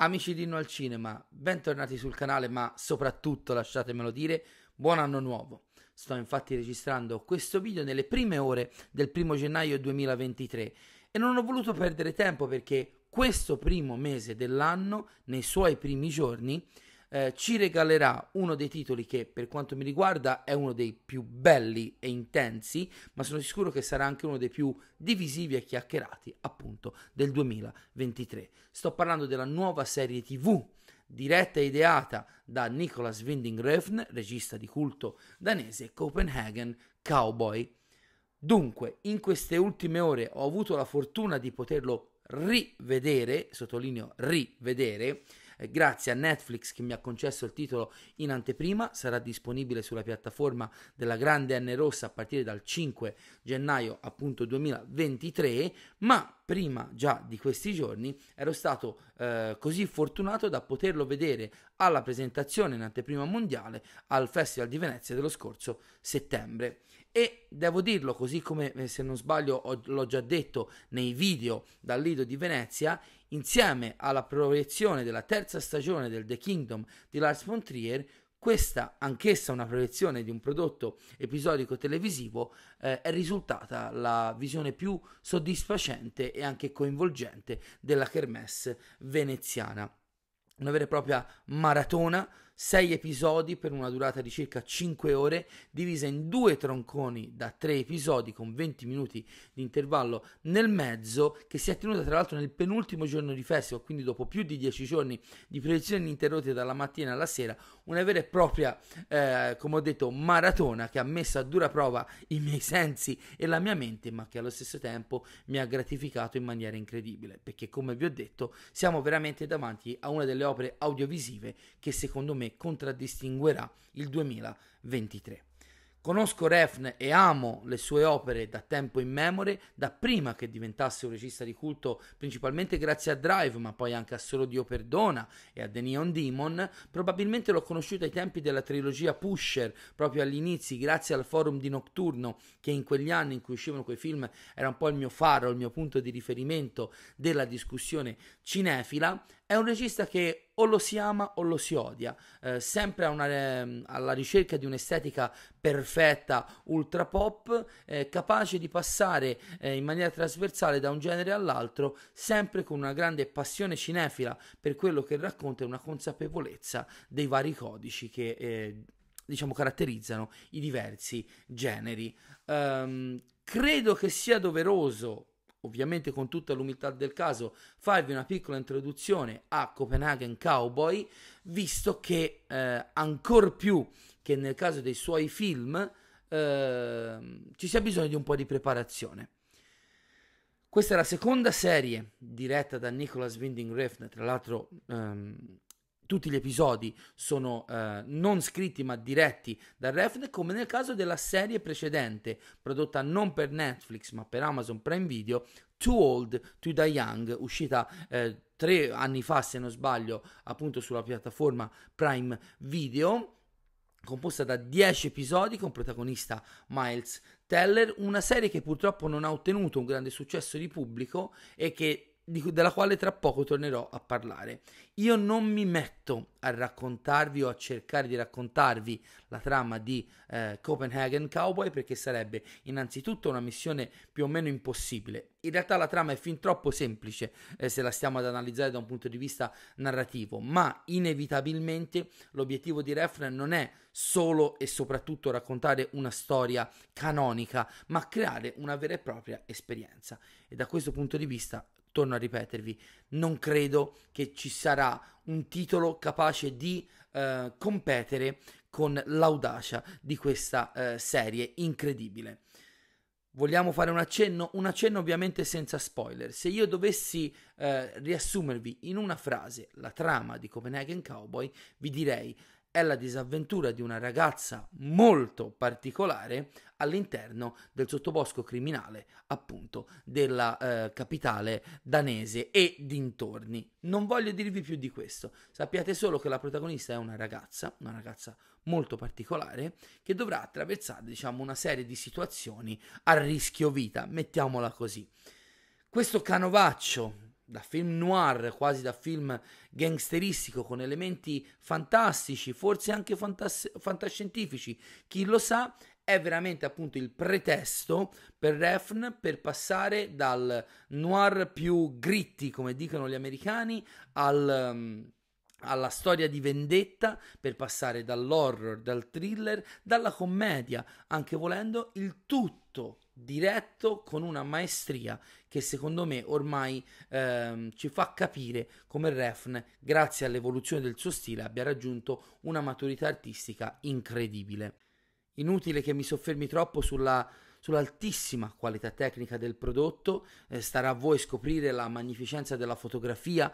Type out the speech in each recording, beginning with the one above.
Amici di No al Cinema, bentornati sul canale, ma soprattutto lasciatemelo dire, buon anno nuovo. Sto infatti registrando questo video nelle prime ore del 1° gennaio 2023 e non ho voluto perdere tempo perché questo primo mese dell'anno, nei suoi primi giorni, ci regalerà uno dei titoli che per quanto mi riguarda è uno dei più belli e intensi, ma sono sicuro che sarà anche uno dei più divisivi e chiacchierati appunto del 2023. Sto parlando della nuova serie TV diretta e ideata da Nicolas Winding Refn, regista di culto danese, Copenhagen Cowboy. Dunque, in queste ultime ore ho avuto la fortuna di poterlo rivedere, sottolineo rivedere, grazie a Netflix che mi ha concesso il titolo in anteprima. Sarà disponibile sulla piattaforma della Grande N Rossa a partire dal 5 gennaio appunto 2023, ma prima già di questi giorni ero stato così fortunato da poterlo vedere alla presentazione in anteprima mondiale al Festival di Venezia dello scorso settembre. E devo dirlo, così come se non sbaglio l'ho già detto nei video dal Lido di Venezia, insieme alla proiezione della terza stagione del The Kingdom di Lars von Trier, questa, anch'essa una proiezione di un prodotto episodico televisivo, è risultata la visione più soddisfacente e anche coinvolgente della kermesse veneziana. Una vera e propria maratona, 6 episodi per una durata di circa 5 ore, divisa in 2 tronconi da 3 episodi con 20 minuti di intervallo nel mezzo, che si è tenuta tra l'altro nel penultimo giorno di festival, quindi dopo più di 10 giorni di proiezioni ininterrotte dalla mattina alla sera, una vera e propria, come ho detto, maratona che ha messo a dura prova i miei sensi e la mia mente, ma che allo stesso tempo mi ha gratificato in maniera incredibile, perché come vi ho detto siamo veramente davanti a una delle opere audiovisive che secondo me contraddistinguerà il 2023. Conosco Refn e amo le sue opere da tempo immemore, da prima che diventasse un regista di culto, principalmente grazie a Drive, ma poi anche a Solo Dio Perdona e a The Neon Demon. Probabilmente l'ho conosciuto ai tempi della trilogia Pusher, proprio agli inizi, grazie al forum di Nocturno, che in quegli anni in cui uscivano quei film era un po' il mio faro, il mio punto di riferimento della discussione cinefila. È un regista che o lo si ama o lo si odia, sempre alla ricerca di un'estetica perfetta, ultra pop, capace di passare in maniera trasversale da un genere all'altro, sempre con una grande passione cinefila per quello che racconta e una consapevolezza dei vari codici che diciamo caratterizzano i diversi generi. Credo che sia doveroso, ovviamente con tutta l'umiltà del caso, farvi una piccola introduzione a Copenhagen Cowboy, visto che ancor più che nel caso dei suoi film ci sia bisogno di un po' di preparazione. Questa è la seconda serie diretta da Nicolas Winding Refn, tra l'altro tutti gli episodi sono non scritti ma diretti da Refn, come nel caso della serie precedente, prodotta non per Netflix ma per Amazon Prime Video, Too Old to Die Young, uscita 3 anni fa se non sbaglio appunto sulla piattaforma Prime Video, composta da 10 episodi con protagonista Miles Teller, una serie che purtroppo non ha ottenuto un grande successo di pubblico e della quale tra poco tornerò a parlare. Io non mi metto a raccontarvi o a cercare di raccontarvi la trama di Copenhagen Cowboy, perché sarebbe innanzitutto una missione più o meno impossibile. In realtà la trama è fin troppo semplice se la stiamo ad analizzare da un punto di vista narrativo, ma inevitabilmente l'obiettivo di Refn non è solo e soprattutto raccontare una storia canonica, ma creare una vera e propria esperienza. E da questo punto di vista, torno a ripetervi, non credo che ci sarà un titolo capace di competere con l'audacia di questa serie incredibile. Vogliamo fare un accenno? Un accenno ovviamente senza spoiler. Se io dovessi riassumervi in una frase la trama di Copenhagen Cowboy, vi direi: è la disavventura di una ragazza molto particolare all'interno del sottobosco criminale, appunto, della capitale danese e dintorni. Non voglio dirvi più di questo. Sappiate solo che la protagonista è una ragazza molto particolare, che dovrà attraversare, diciamo, una serie di situazioni a rischio vita, mettiamola così. Questo canovaccio da film noir, quasi da film gangsteristico, con elementi fantastici, forse anche fantascientifici, chi lo sa, è veramente appunto il pretesto per Refn per passare dal noir più gritty, come dicono gli americani, alla storia di vendetta, per passare dall'horror, dal thriller, dalla commedia, anche volendo, il tutto diretto con una maestria che secondo me ormai ci fa capire come Refn, grazie all'evoluzione del suo stile, abbia raggiunto una maturità artistica incredibile. Inutile che mi soffermi troppo sull'altissima qualità tecnica del prodotto, starà a voi scoprire la magnificenza della fotografia,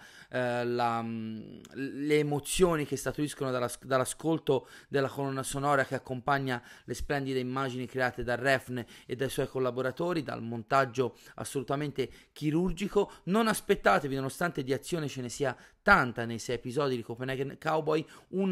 le emozioni che statuiscono dall'ascolto della colonna sonora che accompagna le splendide immagini create da Refn e dai suoi collaboratori, dal montaggio assolutamente chirurgico. Non aspettatevi, nonostante di azione ce ne sia tanta nei 6 episodi di Copenaghen Cowboy,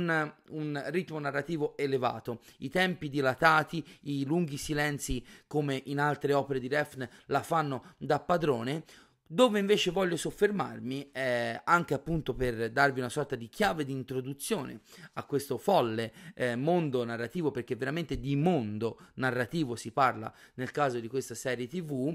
un ritmo narrativo elevato, i tempi dilatati, i lunghi silenzi come in altre opere di Refn la fanno da padrone. Dove invece voglio soffermarmi è anche appunto per darvi una sorta di chiave di introduzione a questo folle mondo narrativo, perché veramente di mondo narrativo si parla nel caso di questa serie TV,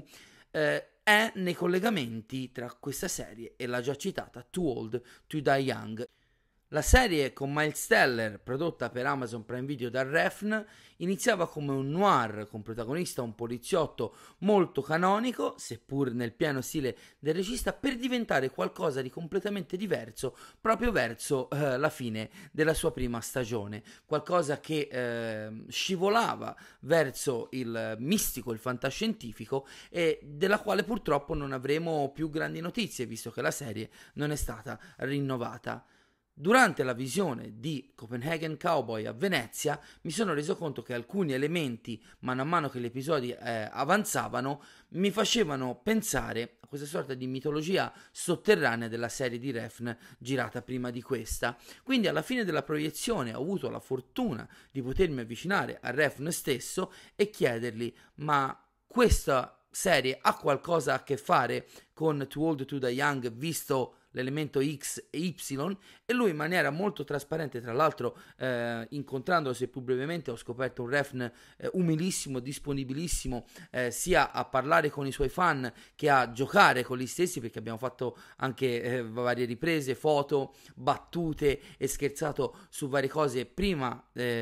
è nei collegamenti tra questa serie e la già citata Too Old to Die Young. La serie con Miles Teller, prodotta per Amazon Prime Video da Refn, iniziava come un noir con protagonista un poliziotto molto canonico, seppur nel pieno stile del regista, per diventare qualcosa di completamente diverso proprio verso la fine della sua prima stagione, qualcosa che scivolava verso il mistico, il fantascientifico, e della quale purtroppo non avremo più grandi notizie, visto che la serie non è stata rinnovata. Durante la visione di Copenaghen Cowboy a Venezia mi sono reso conto che alcuni elementi, mano a mano che gli episodi avanzavano, mi facevano pensare a questa sorta di mitologia sotterranea della serie di Refn girata prima di questa. Quindi alla fine della proiezione ho avuto la fortuna di potermi avvicinare a Refn stesso e chiedergli: ma questa serie ha qualcosa a che fare con Too Old to Die Young, visto l'elemento X e Y? E lui, in maniera molto trasparente, tra l'altro incontrandolo seppur brevemente, ho scoperto un Refn umilissimo, disponibilissimo sia a parlare con i suoi fan che a giocare con gli stessi, perché abbiamo fatto anche varie riprese, foto, battute e scherzato su varie cose prima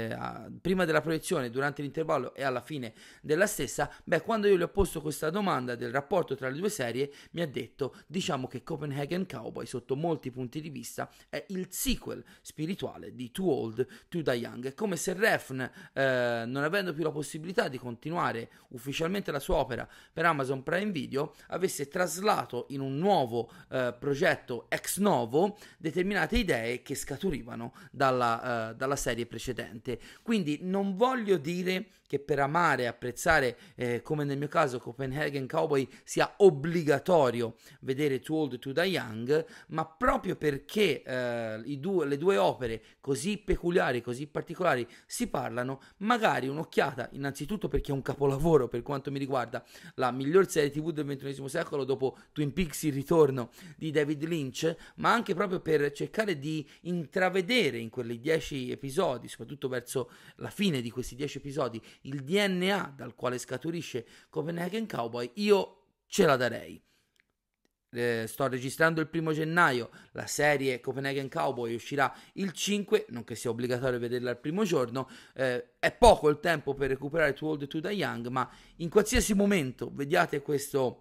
della proiezione, durante l'intervallo e alla fine della stessa. Quando io gli ho posto questa domanda del rapporto tra le due serie, mi ha detto: diciamo che Copenaghen Cowboy sotto molti punti di vista è il sequel spirituale di Too Old to Die Young. È come se Refn, non avendo più la possibilità di continuare ufficialmente la sua opera per Amazon Prime Video, avesse traslato in un nuovo progetto ex novo determinate idee che scaturivano dalla serie precedente. Quindi non voglio dire che per amare e apprezzare, come nel mio caso, Copenaghen Cowboy, sia obbligatorio vedere Too Old to Die Young, ma proprio perché le due opere così peculiari, così particolari si parlano, magari un'occhiata, innanzitutto perché è un capolavoro per quanto mi riguarda, la miglior serie TV del XXI secolo dopo Twin Peaks: Il ritorno di David Lynch, ma anche proprio per cercare di intravedere in quei 10 episodi, soprattutto verso la fine di questi 10 episodi, il DNA dal quale scaturisce Copenaghen Cowboy. Io ce la darei. Sto registrando il 1 gennaio, la serie Copenaghen Cowboy uscirà il 5, non che sia obbligatorio vederla il primo giorno, è poco il tempo per recuperare Too Old to Die Young, ma in qualsiasi momento vediate questo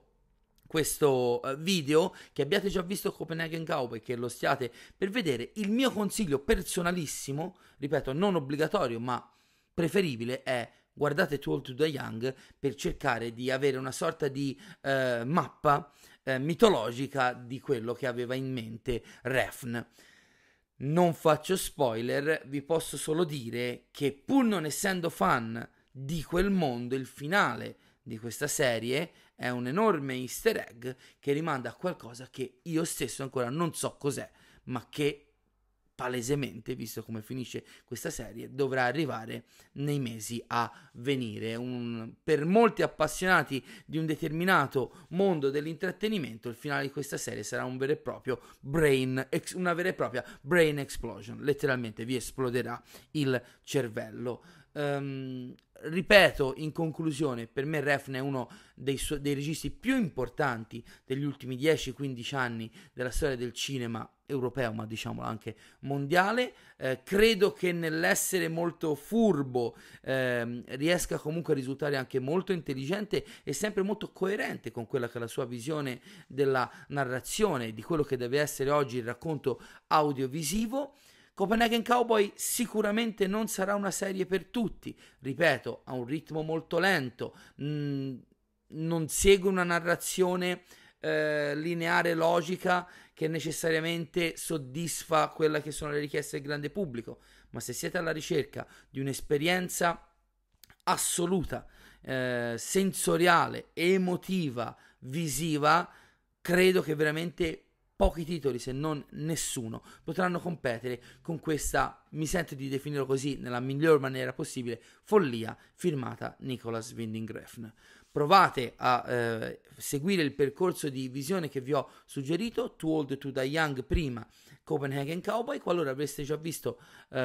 video, che abbiate già visto Copenaghen Cowboy, che lo stiate per vedere, il mio consiglio personalissimo, ripeto, non obbligatorio ma preferibile, è: guardate Too Old to Die Young per cercare di avere una sorta di mappa mitologica di quello che aveva in mente Refn. Non faccio spoiler, vi posso solo dire che, pur non essendo fan di quel mondo, il finale di questa serie è un enorme easter egg che rimanda a qualcosa che io stesso ancora non so cos'è, ma che palesemente, visto come finisce questa serie, dovrà arrivare nei mesi a venire. Per molti appassionati di un determinato mondo dell'intrattenimento, il finale di questa serie sarà una vera e propria brain explosion, letteralmente vi esploderà il cervello. Ripeto in conclusione, per me Refn è uno dei registi più importanti degli ultimi 10-15 anni della storia del cinema europeo, ma diciamolo anche mondiale. Credo che nell'essere molto furbo riesca comunque a risultare anche molto intelligente e sempre molto coerente con quella che è la sua visione della narrazione, di quello che deve essere oggi il racconto audiovisivo. Copenaghen Cowboy sicuramente non sarà una serie per tutti, ripeto, ha un ritmo molto lento, non segue una narrazione lineare, logica, che necessariamente soddisfa quella che sono le richieste del grande pubblico, ma se siete alla ricerca di un'esperienza assoluta, sensoriale, emotiva, visiva, credo che veramente pochi titoli, se non nessuno, potranno competere con questa, mi sento di definirlo così nella miglior maniera possibile, follia firmata Nicolas Winding Refn. Provate a seguire il percorso di visione che vi ho suggerito, Too Old to Die Young prima, Copenaghen Cowboy. Qualora avreste già visto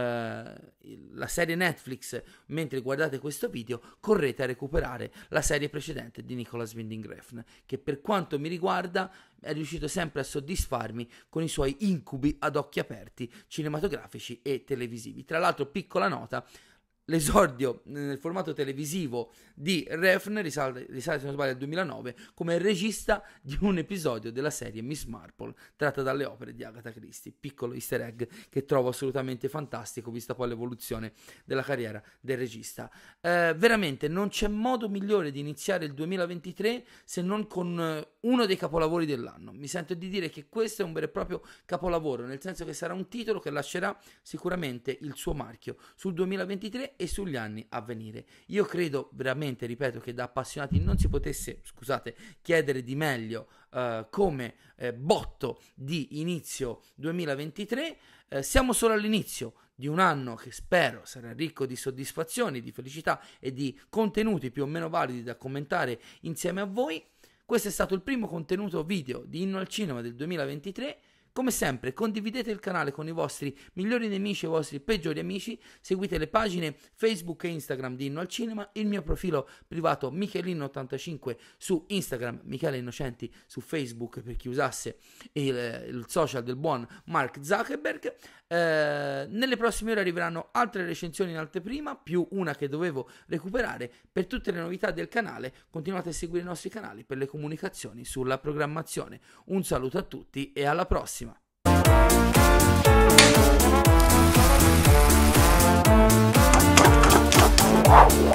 la serie Netflix mentre guardate questo video, correte a recuperare la serie precedente di Nicolas Winding Refn, che per quanto mi riguarda è riuscito sempre a soddisfarmi con i suoi incubi ad occhi aperti cinematografici e televisivi. Tra l'altro, piccola nota, l'esordio nel formato televisivo di Refn risale se non sbaglio al 2009 come regista di un episodio della serie Miss Marple tratta dalle opere di Agatha Christie. Piccolo easter egg che trovo assolutamente fantastico, vista poi l'evoluzione della carriera del regista. Veramente non c'è modo migliore di iniziare il 2023 se non con uno dei capolavori dell'anno. Mi sento di dire che questo è un vero e proprio capolavoro, nel senso che sarà un titolo che lascerà sicuramente il suo marchio sul 2023 e sugli anni a venire. Io credo veramente, ripeto, che da appassionati non si potesse, chiedere di meglio come botto di inizio 2023. Siamo solo all'inizio di un anno che spero sarà ricco di soddisfazioni, di felicità e di contenuti più o meno validi da commentare insieme a voi. Questo è stato il primo contenuto video di Inno al Cinema del 2023. Come sempre, condividete il canale con i vostri migliori nemici e i vostri peggiori amici, seguite le pagine Facebook e Instagram di Inno al Cinema, il mio profilo privato Michelino85 su Instagram, Michele Innocenti su Facebook per chi usasse il social del buon Mark Zuckerberg. Nelle prossime ore arriveranno altre recensioni in anteprima, più una che dovevo recuperare. Per tutte le novità del canale continuate a seguire i nostri canali per le comunicazioni sulla programmazione. Un saluto a tutti e alla prossima. Wow.